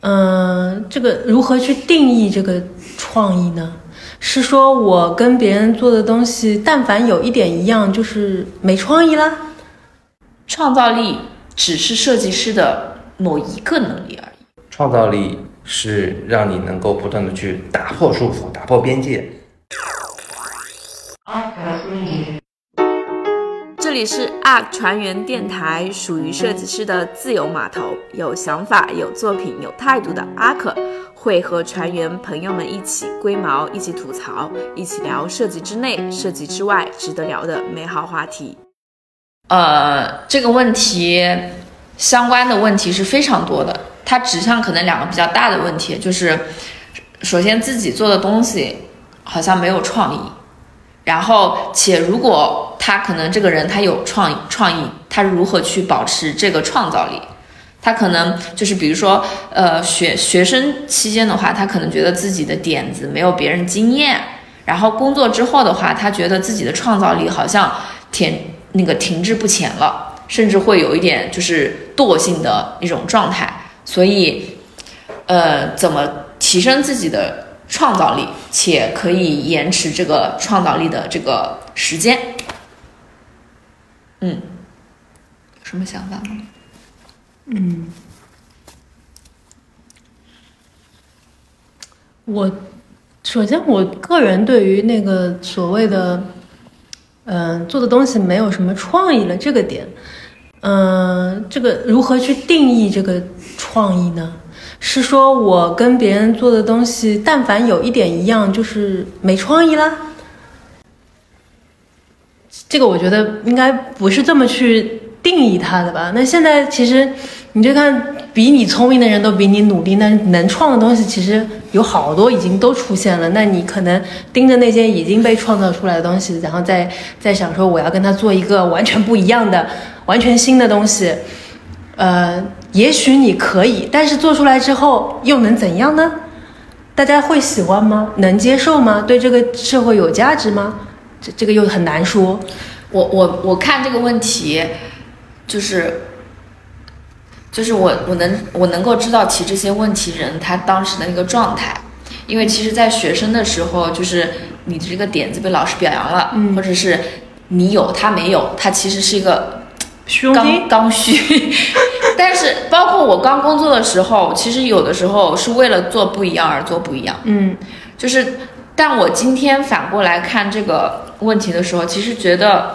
这个如何去定义这个创意呢？是说我跟别人做的东西，但凡有一点一样，就是没创意啦？ 创造力只是设计师的某一个能力而已。 创造力是让你能够不断的去打破束缚，打破边界。 这里是 ARK 船员电台，属于设计师的自由码头，有想法、有作品、有态度的 ARK 会和船员朋友们一起龟毛，一起吐槽，一起聊设计之内、设计之外值得聊的美好话题。 这个问题相关的问题是非常多的，它指向可能两个比较大的问题，就是首先自己做的东西好像没有创意，然后且如果他可能这个人他有创意，他如何去保持这个创造力？他可能就是比如说学生期间的话，他可能觉得自己的点子没有别人惊艳，然后工作之后的话，他觉得自己的创造力好像停滞不前了，甚至会有一点就是惰性的一种状态。所以怎么提升自己的创造力，且可以延迟这个创造力的这个时间？有什么想法吗？ 首先我个人对于那个所谓的做的东西没有什么创意了这个点，这个如何去定义这个创意呢？是说我跟别人做的东西，但凡有一点一样，就是没创意啦？这个我觉得应该不是这么去定义它的吧。那现在其实你就看比你聪明的人都比你努力，那能创的东西其实有好多已经都出现了，那你可能盯着那些已经被创造出来的东西，然后再想说我要跟他做一个完全不一样的完全新的东西，也许你可以，但是做出来之后又能怎样呢？大家会喜欢吗？能接受吗？对这个社会有价值吗？这个又很难说。 我看这个问题，就是我能够知道提这些问题人他当时的那个状态，因为其实在学生的时候，就是你的这个点子被老师表扬了，或者是你有他没有，他其实是一个刚需。但是包括我刚工作的时候，其实有的时候是为了做不一样而做不一样，就是但我今天反过来看这个问题的时候，其实觉得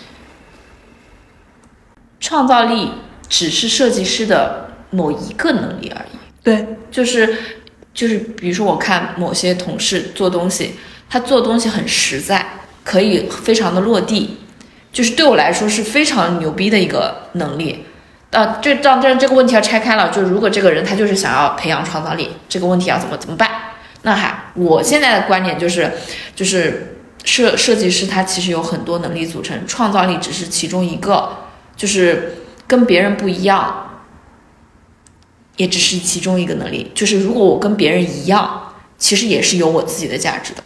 创造力只是设计师的某一个能力而已。 对， 就是比如说我看某些同事做东西，他做东西很实在，可以非常的落地，就是对我来说是非常牛逼的一个能力。这个问题要拆开了，就是如果这个人他就是想要培养创造力，这个问题要怎么办？那我现在的观点就是设计师他其实有很多能力组成，创造力只是其中一个，就是跟别人不一样，也只是其中一个能力。就是如果我跟别人一样，其实也是有我自己的价值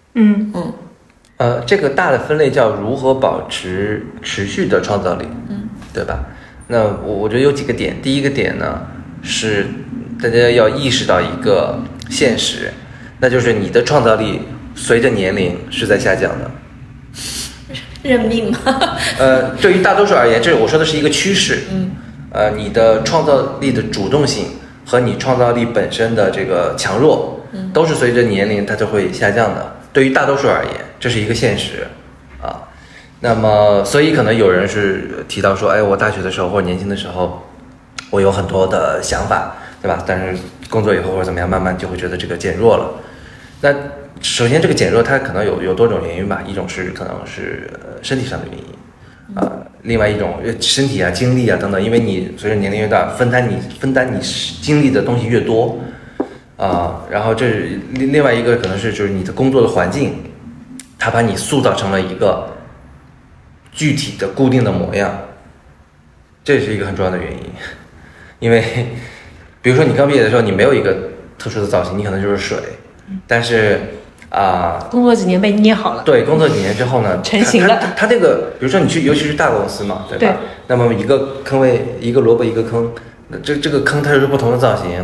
的。 这个大的分类叫如何保持持续的创造力，对吧？那我觉得有几个点。第一个点呢，是大家要意识到一个现实，那就是你的创造力随着年龄是在下降的。 认命吗？ 对于大多数而言，这我说的是一个趋势。你的创造力的主动性和你创造力本身的这个强弱，都是随着年龄它就会下降的。对于大多数而言，这是一个现实啊。那么，所以可能有人是提到说，我大学的时候或者年轻的时候，我有很多的想法，对吧？但是工作以后或者怎么样，慢慢就会觉得这个减弱了。那首先这个减弱它可能有多种原因吧，一种是可能是身体上的原因，另外一种身体啊、精力啊等等，因为你随着年龄越大，分担你经历的东西越多，然后这是另外一个可能是就是你的工作的环境，它把你塑造成了一个具体的固定的模样，这是一个很重要的原因。因为比如说你刚毕业的时候，你没有一个特殊的造型，你可能就是水，但是工作几年被捏好了。 对，工作几年之后呢， 成型了。 它这个，比如说你去，尤其是大公司嘛，对吧？ 对。 那么一个坑位，一个萝卜一个坑，这个坑它是不同的造型，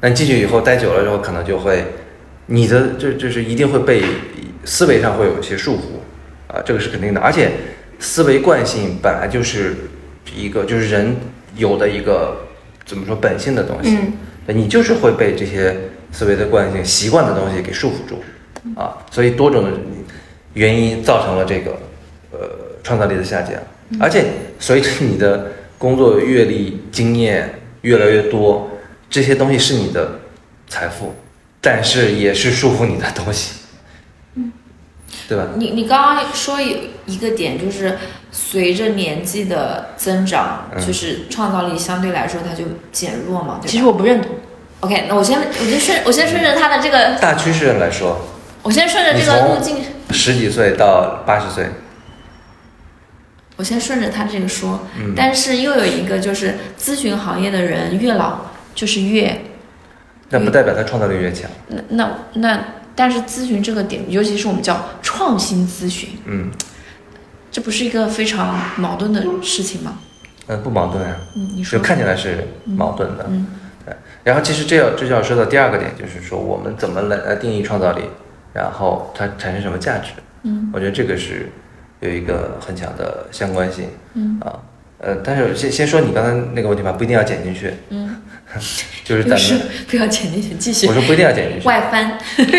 那你进去以后待久了之后，可能就会你的就是一定会被思维上会有一些束缚啊，这个是肯定的。而且思维惯性本来就是一个就是人有的一个怎么说本性的东西，你就是会被这些思维的惯性、习惯的东西给束缚住啊，所以多种的原因造成了这个创造力的下降。而且随着你的工作阅历、经验越来越多，这些东西是你的财富，但是也是束缚你的东西，对吧？ 你刚刚说有一个点，就是随着年纪的增长，就是创造力相对来说它就减弱嘛，对吧？ 其实我不认同。 OK， 那我先顺着他的这个大趋势来说， 我先顺着这个路径 ，10几岁到80岁。 我先顺着他这个说，但是又有一个就是咨询行业的人越老就是越， 那不代表他创造力越强。 那，但是咨询这个点，尤其是我们叫创新咨询，这不是一个非常矛盾的事情吗？ 不矛盾啊， 你说就看起来是矛盾的，对。然后其实这就要说到第二个点，就是说我们怎么来定义创造力，然后它产生什么价值？我觉得这个是有一个很强的相关性，但是先说你刚才那个问题吧，不一定要剪进去，就是咱们不要剪进去，继续。 我说不一定要剪进去， 外翻。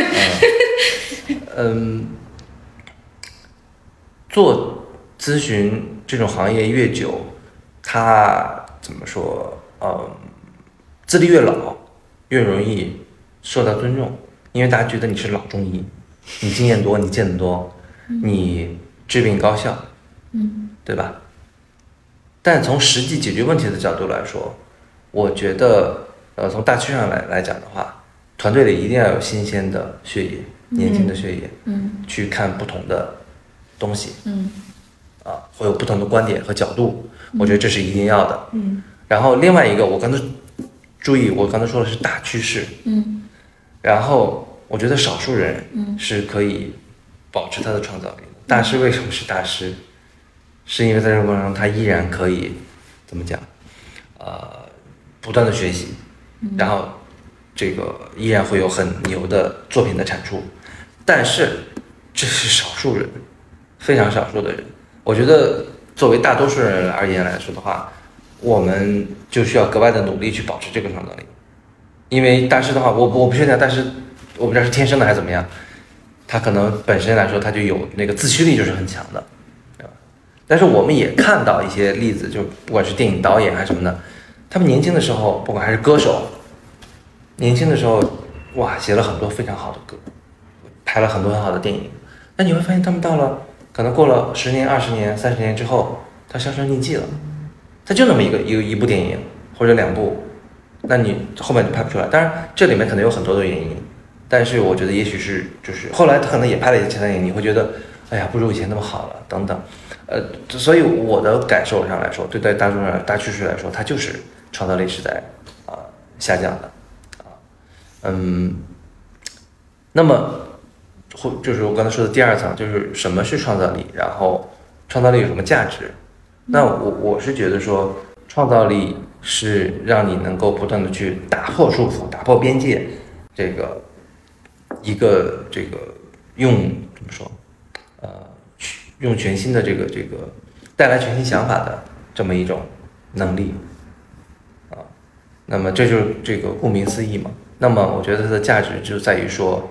做咨询这种行业越久，它怎么说？资历越老，越容易受到尊重，因为大家觉得你是老中医，你经验多，你见得多，你治病高效，对吧？但从实际解决问题的角度来说，我觉得，从大趋势上来讲的话，团队里一定要有新鲜的血液，年轻的血液，去看不同的东西，会有不同的观点和角度，我觉得这是一定要的，然后另外一个，我刚才说的是大趋势，然后我觉得少数人是可以保持他的创造力的。大师为什么是大师？是因为在这个过程中他依然可以怎么讲？不断的学习，然后这个依然会有很牛的作品的产出。但是这是少数人，非常少数的人。我觉得作为大多数人而言来说的话，我们就需要格外的努力去保持这个创造力。因为大师的话，我不确定，但是我不知道是天生的还是怎么样，他可能本身来说他就有那个自驱力，就是很强的，对吧？但是我们也看到一些例子，就不管是电影导演还是什么的，他们年轻的时候，不管还是歌手，年轻的时候，哇，写了很多非常好的歌，拍了很多很好的电影，那你会发现他们到了可能过了10年、20年、30年之后，他销声匿迹了，他就那么一部电影或者2部。那你后面就拍不出来，当然这里面可能有很多的原因，但是我觉得也许是就是后来他可能也拍了一些其他电影，你会觉得哎呀不如以前那么好了等等，所以我的感受上来说，对待大趋势来说，它就是创造力是在下降的那么就是我刚才说的第二层，就是什么是创造力，然后创造力有什么价值？那我是觉得说创造力是让你能够不断的去打破束缚、打破边界，这个用怎么说？用全新的这个带来全新想法的这么一种能力那么这就是这个顾名思义嘛。那么我觉得它的价值就在于说，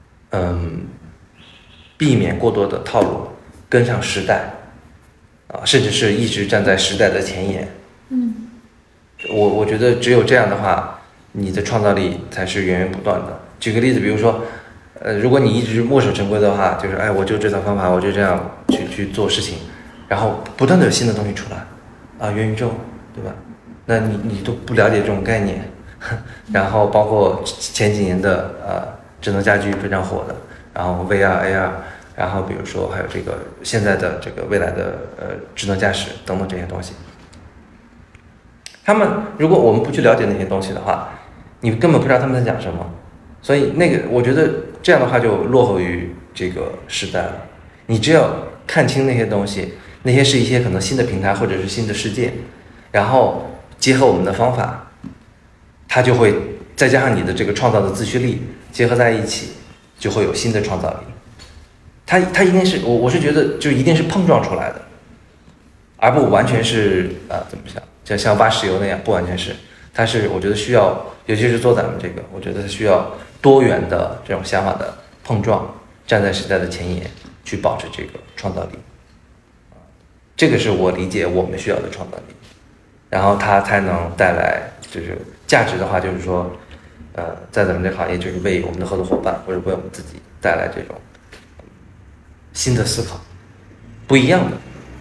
避免过多的套路，跟上时代甚至是一直站在时代的前沿。我觉得只有这样的话，你的创造力才是源源不断的。举个例子，比如说，如果你一直墨守成规的话，就是我就这套方法，我就这样去做事情，然后不断的有新的东西出来，元宇宙，对吧？那你都不了解这种概念，然后包括前几年的智能家居非常火的，然后 VR、AR， 然后比如说还有这个现在的这个未来的智能驾驶等等这些东西。他们如果我们不去了解那些东西的话，你根本不知道他们在讲什么，所以我觉得这样的话就落后于这个时代了。你只有看清那些东西，那些是一些可能新的平台或者是新的世界，然后结合我们的方法，它就会再加上你的这个创造的自驱力结合在一起，就会有新的创造力。它一定是我是觉得就一定是碰撞出来的，而不完全是怎么想，就像挖石油那样，不完全是。它是我觉得需要，尤其是做咱们这个，我觉得它需要多元的这种想法的碰撞，站在时代的前沿，去保持这个创造力。这个是我理解我们需要的创造力，然后它才能带来就是价值的话，就是说，在咱们这个行业，就是为我们的合作伙伴或者为我们自己带来这种新的思考，不一样的。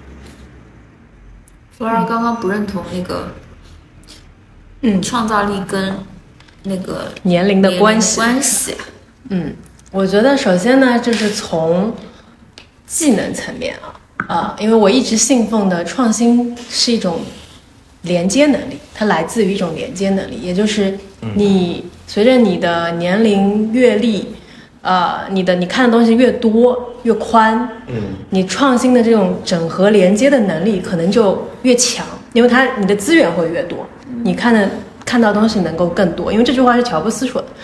福儿刚刚不认同那个，创造力跟那个年龄的关系。我觉得首先呢，就是从技能层面因为我一直信奉的创新是一种连接能力，它来自于一种连接能力，也就是你随着你的年龄阅历，你看的东西越多越宽，你创新的这种整合连接的能力可能就越强，因为你的资源会越多，你看到东西能够更多，因为这句话是乔布斯说的。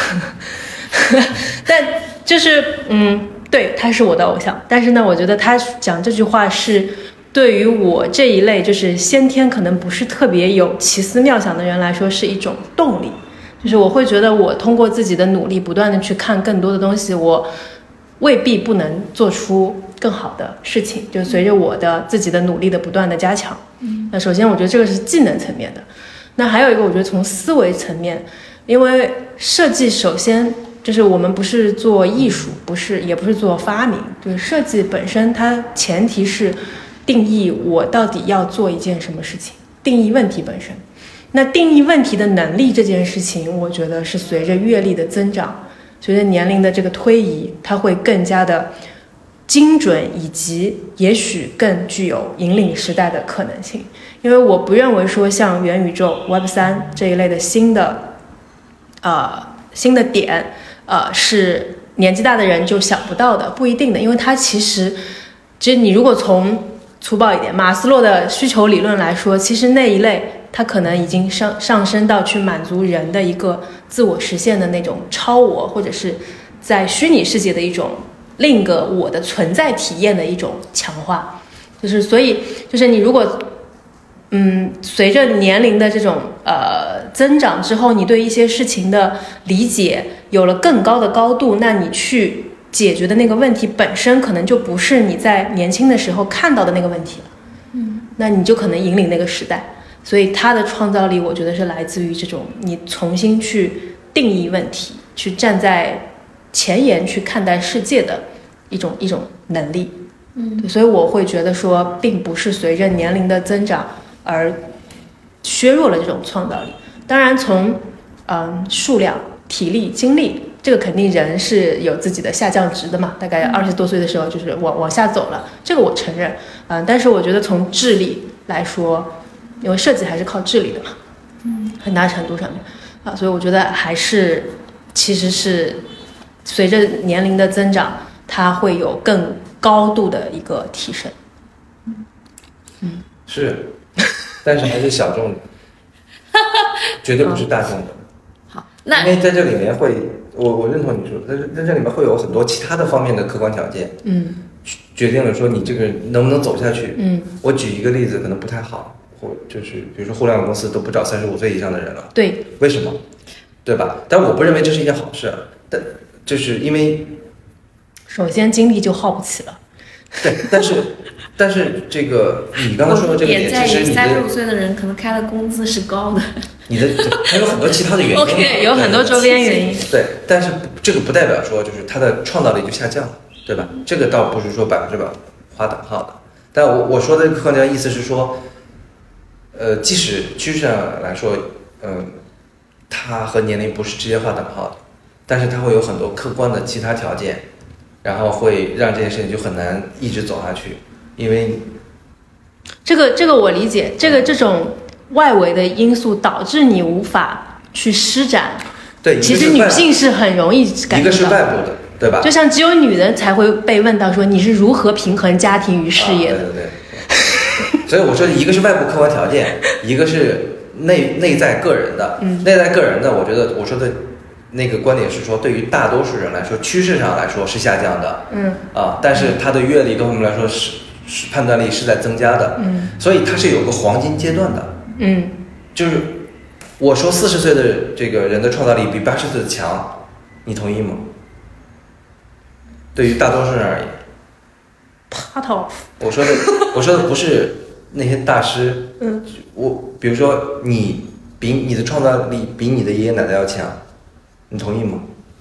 但就是对，他是我的偶像，但是呢，我觉得他讲这句话是对于我这一类就是先天可能不是特别有奇思妙想的人来说是一种动力，就是我会觉得我通过自己的努力不断的去看更多的东西，我未必不能做出更好的事情，就随着我的自己的努力的不断的加强。那首先我觉得这个是技能层面的，那还有一个我觉得从思维层面，因为设计首先就是我们不是做艺术，也不是做发明，就是设计本身它前提是定义我到底要做一件什么事情，定义问题本身。那定义问题的能力这件事情，我觉得是随着阅历的增长，随着年龄的这个推移，它会更加的精准，以及也许更具有引领时代的可能性。因为我不认为说像元宇宙 Web3 这一类的新的点是年纪大的人就想不到的，不一定的，因为它其实你如果从粗暴一点马斯洛的需求理论来说，其实那一类它可能已经上升到去满足人的一个自我实现的那种超我，或者是在虚拟世界的一种另一个我的存在体验的一种强化。就是所以就是你如果随着年龄的这种增长之后，你对一些事情的理解有了更高的高度，那你去解决的那个问题本身可能就不是你在年轻的时候看到的那个问题了。那你就可能引领那个时代。所以它的创造力我觉得是来自于这种你重新去定义问题，去站在前沿去看待世界的一种能力。所以我会觉得说并不是随着年龄的增长而削弱了这种创造力。当然从数量、体力、精力，这个肯定人是有自己的下降值的嘛，大概20多岁的时候就是往下走了，这个我承认。但是我觉得从智力来说，因为设计还是靠智力的嘛，很大程度上面所以我觉得还是其实是随着年龄的增长，它会有更高度的一个提升。 是，但是还是小众的，绝对不是大众的。 好，那因为在这里面会，我认同你说，在这里面会有很多其他的方面的客观条件，决定了说你这个能不能走下去。我举一个例子，可能不太好，就是比如说互联网公司都不找35岁以上的人了， 对， 为什么？对吧？但我不认为这是一件好事，但就是因为首先精力就耗不起了。 对，但是这个你刚才说的这个点，其实你的 35岁的人可能开的工资是高的， 你的还有很多其他的原因。 OK， 有很多周边原因。 对，但是这个不代表说就是他的创造力就下降了，对吧？这个倒不是说100%划等号的。但我说的客观的意思是说，即使趋势上来说，它和年龄不是直接划等号的，但是它会有很多客观的其他条件，然后会让这件事情就很难一直走下去，因为这个我理解，这种外围的因素导致你无法去施展。 对， 其实女性是很容易感觉到， 一个是外部的，对吧？ 就像只有女人才会被问到说你是如何平衡家庭与事业的。 对。所以我说一个是外部客观条件，一个是内在个人的，内在个人的，我觉得我说的那个观点是说，对于大多数人来说，趋势上来说是下降的，但是他的阅历跟我们来说是判断力是在增加的，所以它是有个黄金阶段的，就是我说40岁的这个人的创造力比80岁的强，你同意吗？对于大多数人而言。 Part of 我说的不是那些大师，比如说你的创造力比你的爷爷奶奶要强，你同意吗？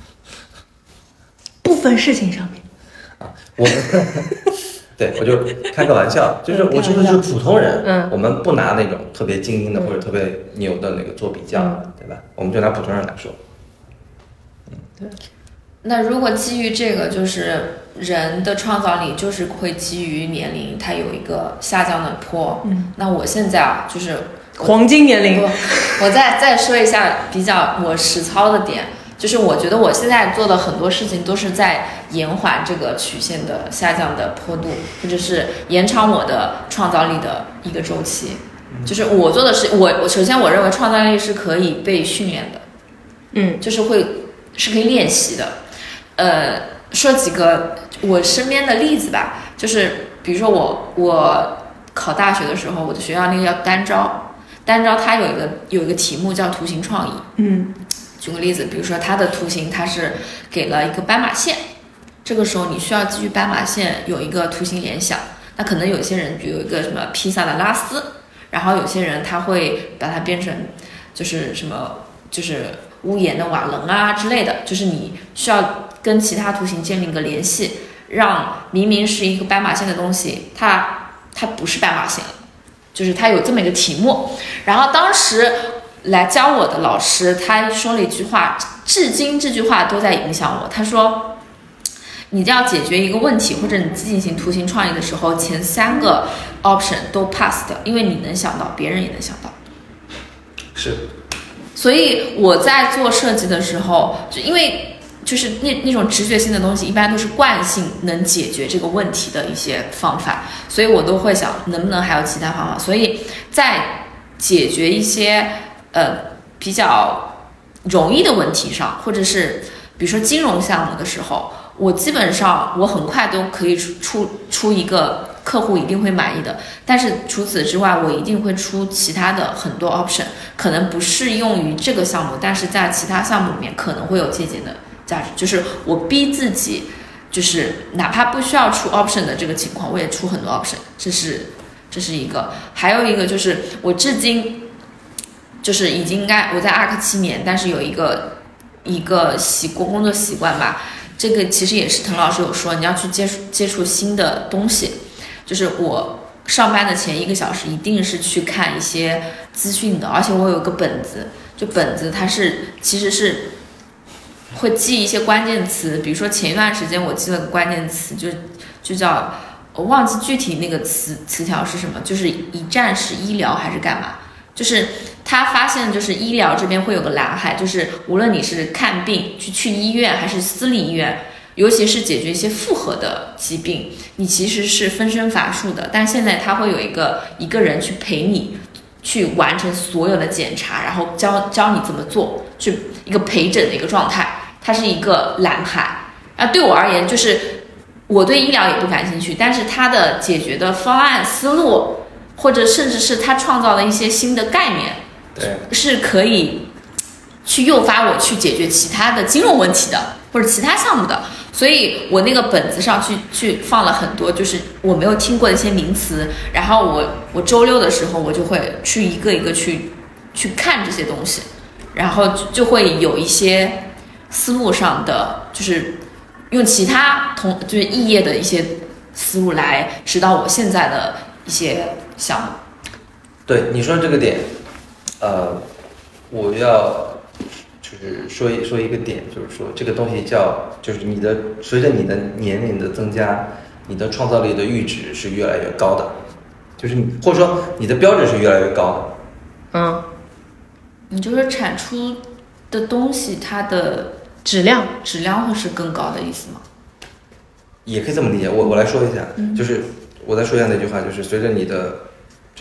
部分事情上面我们对，我就开个玩笑，就是我说的是普通人，我们不拿那种特别精英的或者特别牛的那个做比较，对吧？我们就拿普通人来说， 对。 那如果基于这个，就是人的创造力就是会基于年龄，它有一个下降的坡。那我现在就是黄金年龄。 我再说一下比较我实操的点，就是我觉得我现在做的很多事情都是在延缓这个曲线的下降的坡度，或者是延长我的创造力的一个周期。就是我做的是我首先我认为创造力是可以被训练的，就是是可以练习的。说几个我身边的例子吧，就是比如说我考大学的时候，我的学校那个叫单招它有一个题目叫图形创意。举个例子，比如说它的图形它是给了一个斑马线，这个时候你需要基于斑马线有一个图形联想。那可能有些人有一个什么披萨的拉丝，然后有些人他会把它变成就是什么就是屋檐的瓦楞啊之类的，就是你需要跟其他图形建立一个联系，让明明是一个斑马线的东西，它不是斑马线了，就是它有这么一个题目。然后当时来教我的老师他说了一句话，至今这句话都在影响我。他说，你要解决一个问题或者你进行图形创意的时候，前3个 option 都 pass 的，因为你能想到，别人也能想到。 是。 所以我在做设计的时候，就因为就是那种直觉性的东西，一般都是惯性能解决这个问题的一些方法，所以我都会想能不能还有其他方法。所以在解决一些比较容易的问题上，或者是比如说金融项目的时候，我基本上我很快都可以出一个客户一定会满意的，但是除此之外，我一定会出其他的很多 option， 可能不适用于这个项目，但是在其他项目里面可能会有借鉴的价值。就是我逼自己，就是哪怕不需要出 option 的这个情况，我也出很多 option， 这是一个。还有一个就是我至今就是已经我在 ARK 7年，但是有一个工作习惯吧。这个其实也是滕老师有说，你要去接触新的东西。就是我上班的前1个小时一定是去看一些资讯的，而且我有个本子，就本子它其实是会记一些关键词。比如说前一段时间我记了个关键词，就叫我忘记具体那个词条是什么，就是一站式医疗还是干嘛，就是他发现就是医疗这边会有个蓝海，就是无论你是看病去医院还是私立医院，尤其是解决一些复合的疾病，你其实是分身乏术的。但现在他会有一个人去陪你去完成所有的检查，然后教你怎么做，去一个陪诊的一个状态，它是一个蓝海。对我而言，就是我对医疗也不感兴趣，但是它的解决的方案思路，或者甚至是他创造的一些新的概念， 对， 是可以去诱发我去解决其他的金融问题的，或者其他项目的。所以我那个本子上去放了很多就是我没有听过的一些名词，然后我周六的时候我就会去一个一个去看这些东西，然后就会有一些思路上的，就是用其他就是异业的一些思路来指导我现在的一些项目。 对你说这个点，我要就是说一个点，就是说这个东西就是随着你的年龄的增加，你的创造力的阈值是越来越高的，就是或者说你的标准是越来越高的。 你就是产出的东西它的质量会是更高的意思吗？也可以这么理解。我来说一下，就是我再说一下那句话，就是随着你的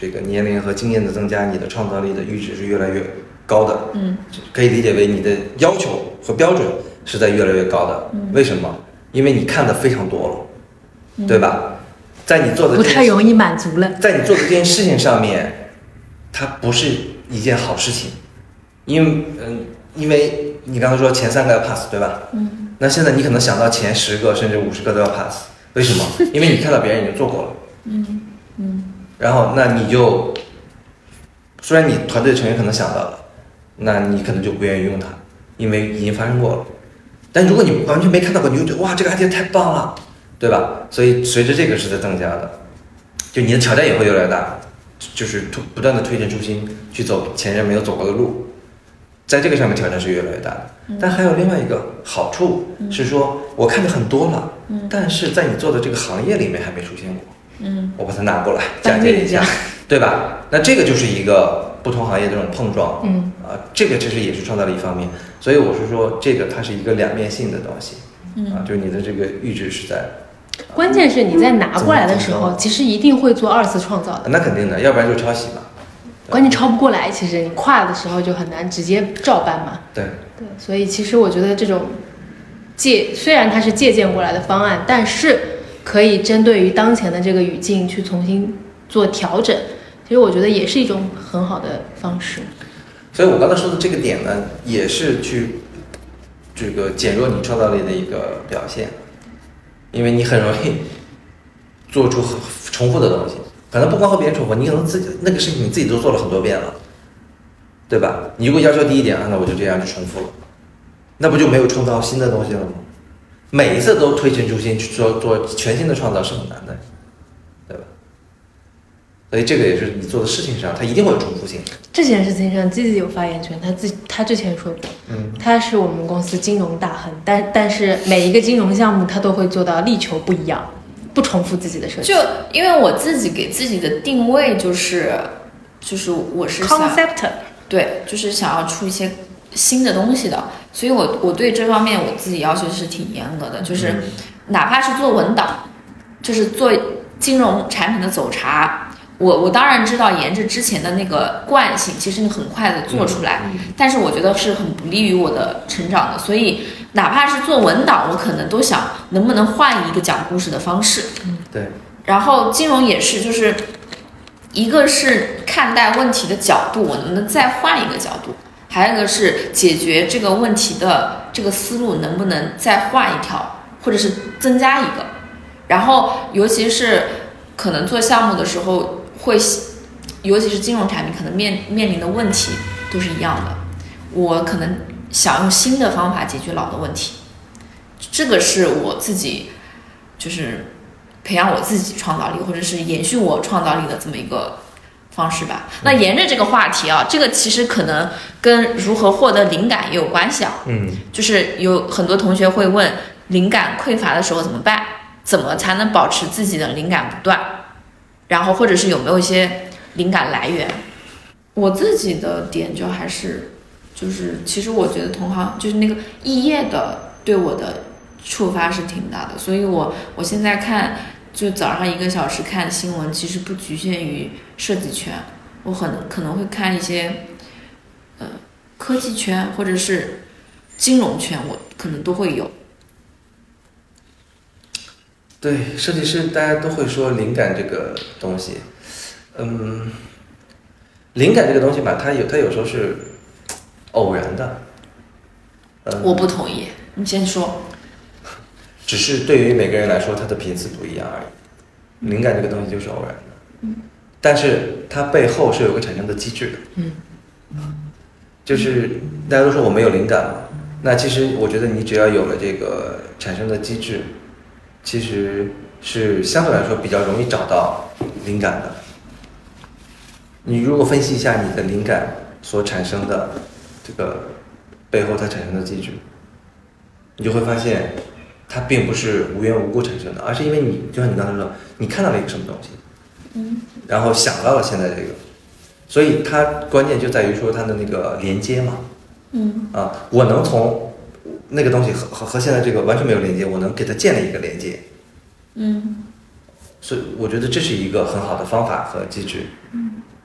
这个年龄和经验的增加，你的创造力的阈值是越来越高的。可以理解为你的要求和标准是在越来越高的。为什么？因为你看的非常多了，对吧？在你做的不太容易满足了。 在你做的这件事情上面，它不是一件好事情，因为你刚才说前3个要 pass， 对吧？那现在你可能想到前10个甚至50个都要 pass， 为什么？因为你看到别人已经做过了。然后那你就，虽然你团队成员可能想到了，那你可能就不愿意用它，因为已经发生过了。但如果你完全没看到过，你就觉得哇，这个 idea 太棒了，对吧？所以随着这个是在增加的，就你的挑战也会越来越大，就是不断的推陈出新，去走前人没有走过的路，在这个上面挑战是越来越大的。但还有另外一个好处是说，我看的很多了，但是在你做的这个行业里面还没出现过。我把它拿过来嫁接一下，对吧？那这个就是一个不同行业的这种碰撞。这个其实也是创造力一方面。所以我是说，这个它是一个两面性的东西。就是你的这个阈值是在。 关键是你在拿过来的时候，其实一定会做2次创造的。 那肯定的，要不然就抄袭嘛。 关键抄不过来，其实你跨的时候就很难直接照搬嘛。 对， 所以其实我觉得这种虽然它是借鉴过来的方案，但是可以针对于当前的这个语境去重新做调整，其实我觉得也是一种很好的方式。 所以我刚才说的这个点呢，也是去这个减弱你创造力的一个表现，因为你很容易做出重复的东西，可能不光和别人重复，你可能自己那个事情你自己都做了很多遍了，对吧？你如果要求低一点，那我就这样就重复了，那不就没有创造新的东西了吗？每一次都推陈出新去做全新的创造是很难的，对吧？所以这个也是你做的事情上，它一定会有重复性。 这件事情上，自己有发言权。他之前说过，他是我们公司金融大亨，但是每一个金融项目他都会做到力求不一样，不重复自己的设计。 就因为我自己给自己的定位就是我是想 concept， 对，就是想要出一些新的东西的，所以我对这方面我自己要求是挺严格的，就是哪怕是做文档，就是做金融产品的走查，我当然知道沿着之前的那个惯性，其实你很快的做出来，但是我觉得是很不利于我的成长的，所以哪怕是做文档，我可能都想能不能换一个讲故事的方式。 对。 然后金融也是，就是一个是看待问题的角度，我能不能再换一个角度，还有一个是解决这个问题的这个思路能不能再换一条，或者是增加一个。然后尤其是可能做项目的时候尤其是金融产品可能面临的问题都是一样的，我可能想用新的方法解决老的问题，这个是我自己就是培养我自己创造力或者是延续我创造力的这么一个方式吧。那沿着这个话题啊，这个其实可能跟如何获得灵感也有关系啊。就是有很多同学会问，灵感匮乏的时候怎么办？怎么才能保持自己的灵感不断？然后或者是有没有一些灵感来源？我自己的点就还是其实我觉得同行就是那个异业的对我的触发是挺大的，所以我现在看就早上1个小时看新闻，其实不局限于设计圈，我可能会看一些科技圈或者是金融圈，我可能都会有。 对，设计师大家都会说灵感这个东西，灵感这个东西吧，它有时候是偶然的。 我不同意，你先说。 只是对于每个人来说，它的频次不一样而已。灵感这个东西就是偶然的，但是它背后是有个产生的机制的。就是大家都说我没有灵感嘛，那其实我觉得你只要有了这个产生的机制，其实是相对来说比较容易找到灵感的。你如果分析一下你的灵感所产生的这个背后它产生的机制，你就会发现它并不是无缘无故产生的，而是因为你就像你刚才说，你看到了一个什么东西，然后想到了现在这个，所以它关键就在于说它的那个连接嘛，我能从那个东西和现在这个完全没有连接，我能给它建立一个连接，所以我觉得这是一个很好的方法和机制。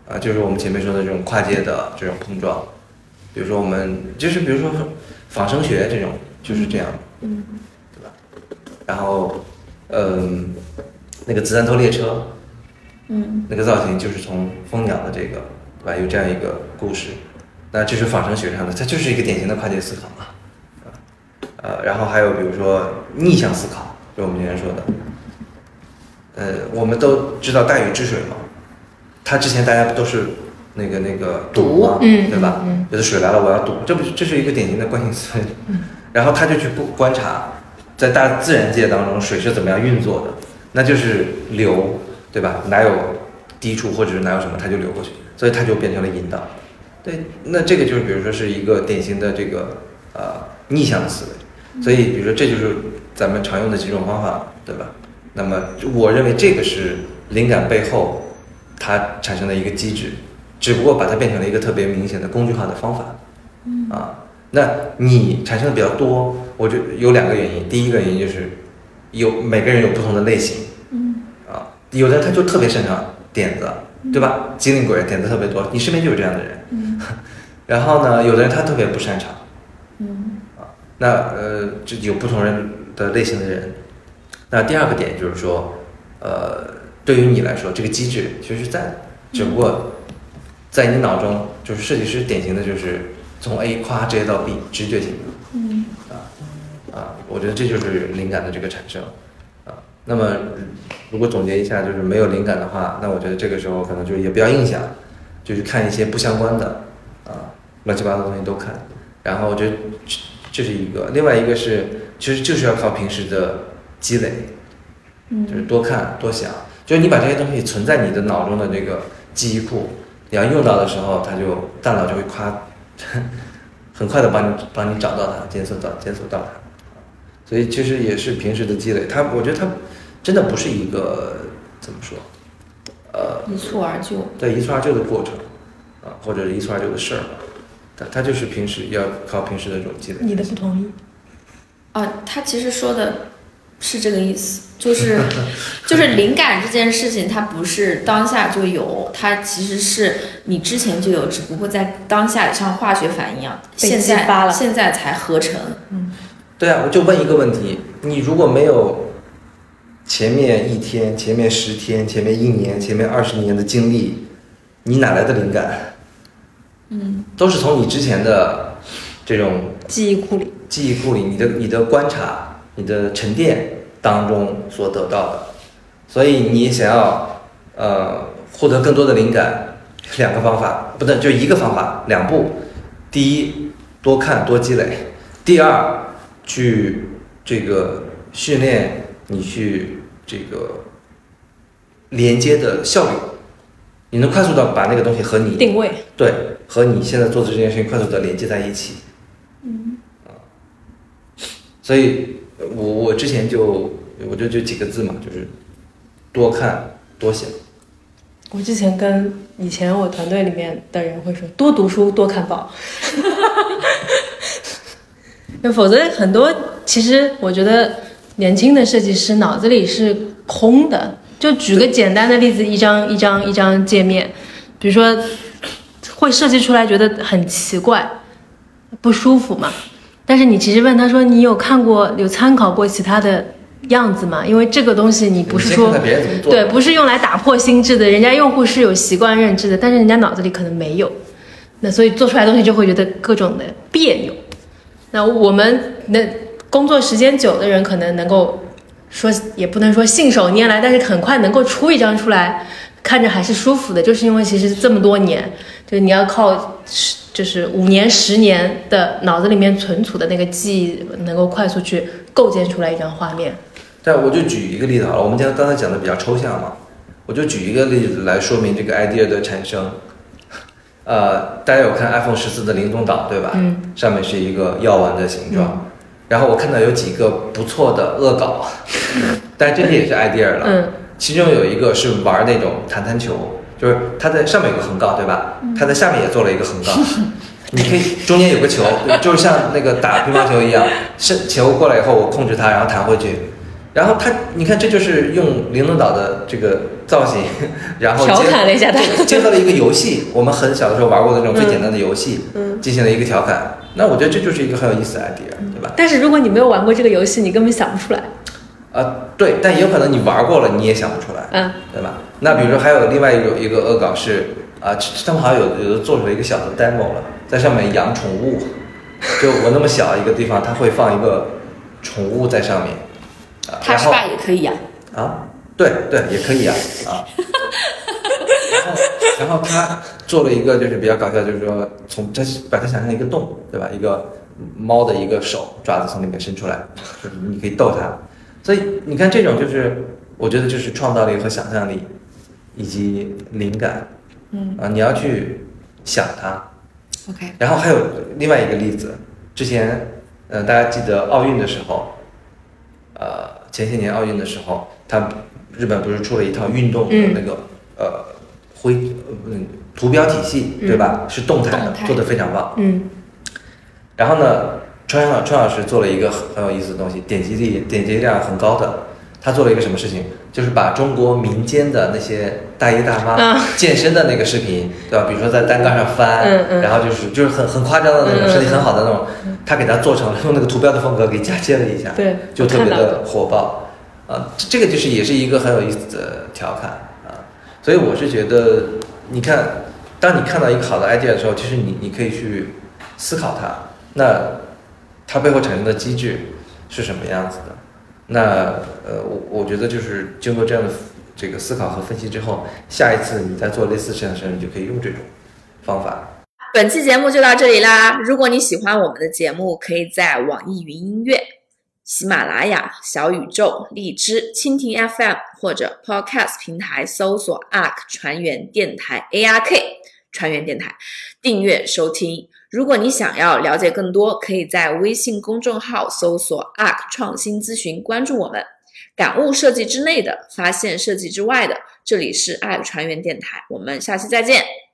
就是我们前面说的这种跨界的这种碰撞，比如说比如说仿生学这种就是这样，对吧？然后那个子弹头列车，那个造型就是从蜂鸟的这个，对吧？有这样一个故事，那这是仿生学上的，它就是一个典型的跨界思考嘛。然后还有比如说逆向思考，就我们之前说的，我们都知道大禹治水嘛，他之前大家不都是那个堵嘛，对吧？觉得水来了我要堵，这是一个典型的惯性思维。然后他就去观察，在大自然界当中水是怎么样运作的，那就是流，对吧？哪有低处或者是哪有什么，它就流过去，所以它就变成了引导。对，那这个就是比如说是一个典型的这个逆向的思维。所以，比如说，这就是咱们常用的几种方法，对吧？那么，我认为这个是灵感背后它产生的一个机制，只不过把它变成了一个特别明显的工具化的方法。那你产生的比较多，我觉得有2个原因。第一个原因就是每个人有不同的类型，有的人他就特别擅长点子，对吧？机灵鬼点子特别多，你身边就有这样的人。然后呢，有的人他特别不擅长。那这有不同人的类型的人。那第2个点就是说，对于你来说，这个机制其实是在的，只不过在你脑中，就是设计师典型的就是从 A 夸直接到 B， 直觉型的。我觉得这就是灵感的这个产生。那么如果总结一下，就是没有灵感的话，那我觉得这个时候可能就也不要硬想，就去看一些不相关的乱七八糟的东西都看。然后这是一个，另外一个是，其实就是要靠平时的积累，就是多看多想，就是你把这些东西存在你的脑中的这个记忆库，你要用到的时候，大脑就会很快的帮你找到它，检索到它，所以其实也是平时的积累。我觉得它真的不是一个怎么说， 一蹴而就， 对，一蹴而就的过程，或者一蹴而就的事儿。他就是平时要靠平时的这种积累。 你的不同意？ 他其实说的是这个意思，就是灵感这件事情，它不是当下就有，它其实是你之前就有，只不过在当下像化学反应一样，现在才合成。 对啊，我就问一个问题：你如果没有前面1天、前面10天、前面1年、前面20年的经历，你哪来的灵感？都是从你之前的这种记忆库里， 你的观察、你的沉淀当中所得到的。所以你想要获得更多的灵感，2个方法，不对，就1个方法，2步。第一，多看多积累；第2，去这个训练你去这个连接的效率。你能快速的把那个东西和你定位， 对，和你现在做的这件事情快速的连接在一起。所以我之前就几个字嘛，就是多看多想。 我之前跟以前我团队里面的人会说，多读书多看报。否则很多其实我觉得年轻的设计师脑子里是空的。就举个简单的例子，一张界面，比如说会设计出来觉得很奇怪不舒服嘛，但是你其实问他说，你有参考过其他的样子吗？因为这个东西你不是说对，不是用来打破心智的，人家用户是有习惯认知的，但是人家脑子里可能没有，那所以做出来的东西就会觉得各种的别扭。那我们的工作时间久的人可能能够说，也不能说信手拈来，但是很快能够出一张出来，看着还是舒服的，就是因为其实这么多年，就你要靠就是5年10年的脑子里面存储的那个记忆，能够快速去构建出来一张画面。 但我就举一个例子好了，我们刚才讲的比较抽象嘛，我就举一个例子来说明这个 idea 的产生。大家有看 iPhone 14的灵动岛对吧？上面是一个药丸的形状。然后我看到有几个不错的恶搞，但这些也是 idea 了。其中有一个是玩那种弹球，就是它在上面有个横杠，对吧？它在下面也做了一个横杠，你可以中间有个球，就是像那个打乒乓球一样，是球过来以后我控制它，然后弹回去， 然后你看，这就是用灵动岛的这个造型，然后调侃了一下他， 结合了一个游戏，我们很小的时候玩过的这种最简单的游戏，进行了一个调侃。那我觉得这就是一个很有意思的 idea，对吧？ 但是如果你没有玩过这个游戏，你根本想不出来。 对，但也有可能你玩过了，你也想不出来，对吧？那比如说还有另外一个恶搞是他们好像有的做出了一个小的 demo 了，在上面养宠物，就我那么小一个地方，它会放一个宠物在上面， 它是吧也可以养对，也可以养然后他做了一个就是比较搞笑，就是说把它想象一个洞，对吧？一个猫的一个手爪子从里面伸出来，就是你可以逗它。所以你看这种就是我觉得就是创造力和想象力以及灵感，你要去想它。 OK。 然后还有另外一个例子，之前大家记得奥运的时候，前些年奥运的时候，日本不是出了一套运动的那个图标体系，对吧？是动态的，做得非常棒。然后呢，川老师做了一个很有意思的东西，点击量很高的。他做了一个什么事情？就是把中国民间的那些大爷大妈健身的那个视频，对吧？比如说在单杠上翻，然后就是很夸张的那种，身体很好的那种，他给他做成了用那个图标的风格给嫁接了一下， 对， 就特别的火爆。这个就是也是一个很有意思的调侃啊。所以我是觉得，你看，当你看到一个好的 idea 的时候，其实你可以去思考它，那它背后产生的机制是什么样子的？那我觉得就是经过这样的这个思考和分析之后，下一次你在做类似这样的事，你就可以用这种方法。 本期节目就到这里啦！如果你喜欢我们的节目，可以在网易云音乐、喜马拉雅、小宇宙、荔枝、蜻蜓 FM 或者 Podcast 平台搜索 ARK 船员电台 ARK 船员电台订阅收听。如果你想要了解更多，可以在微信公众号搜索 ARK 创新咨询，关注我们。感悟设计之内的，发现设计之外的，这里是 ARK 船员电台，我们下期再见。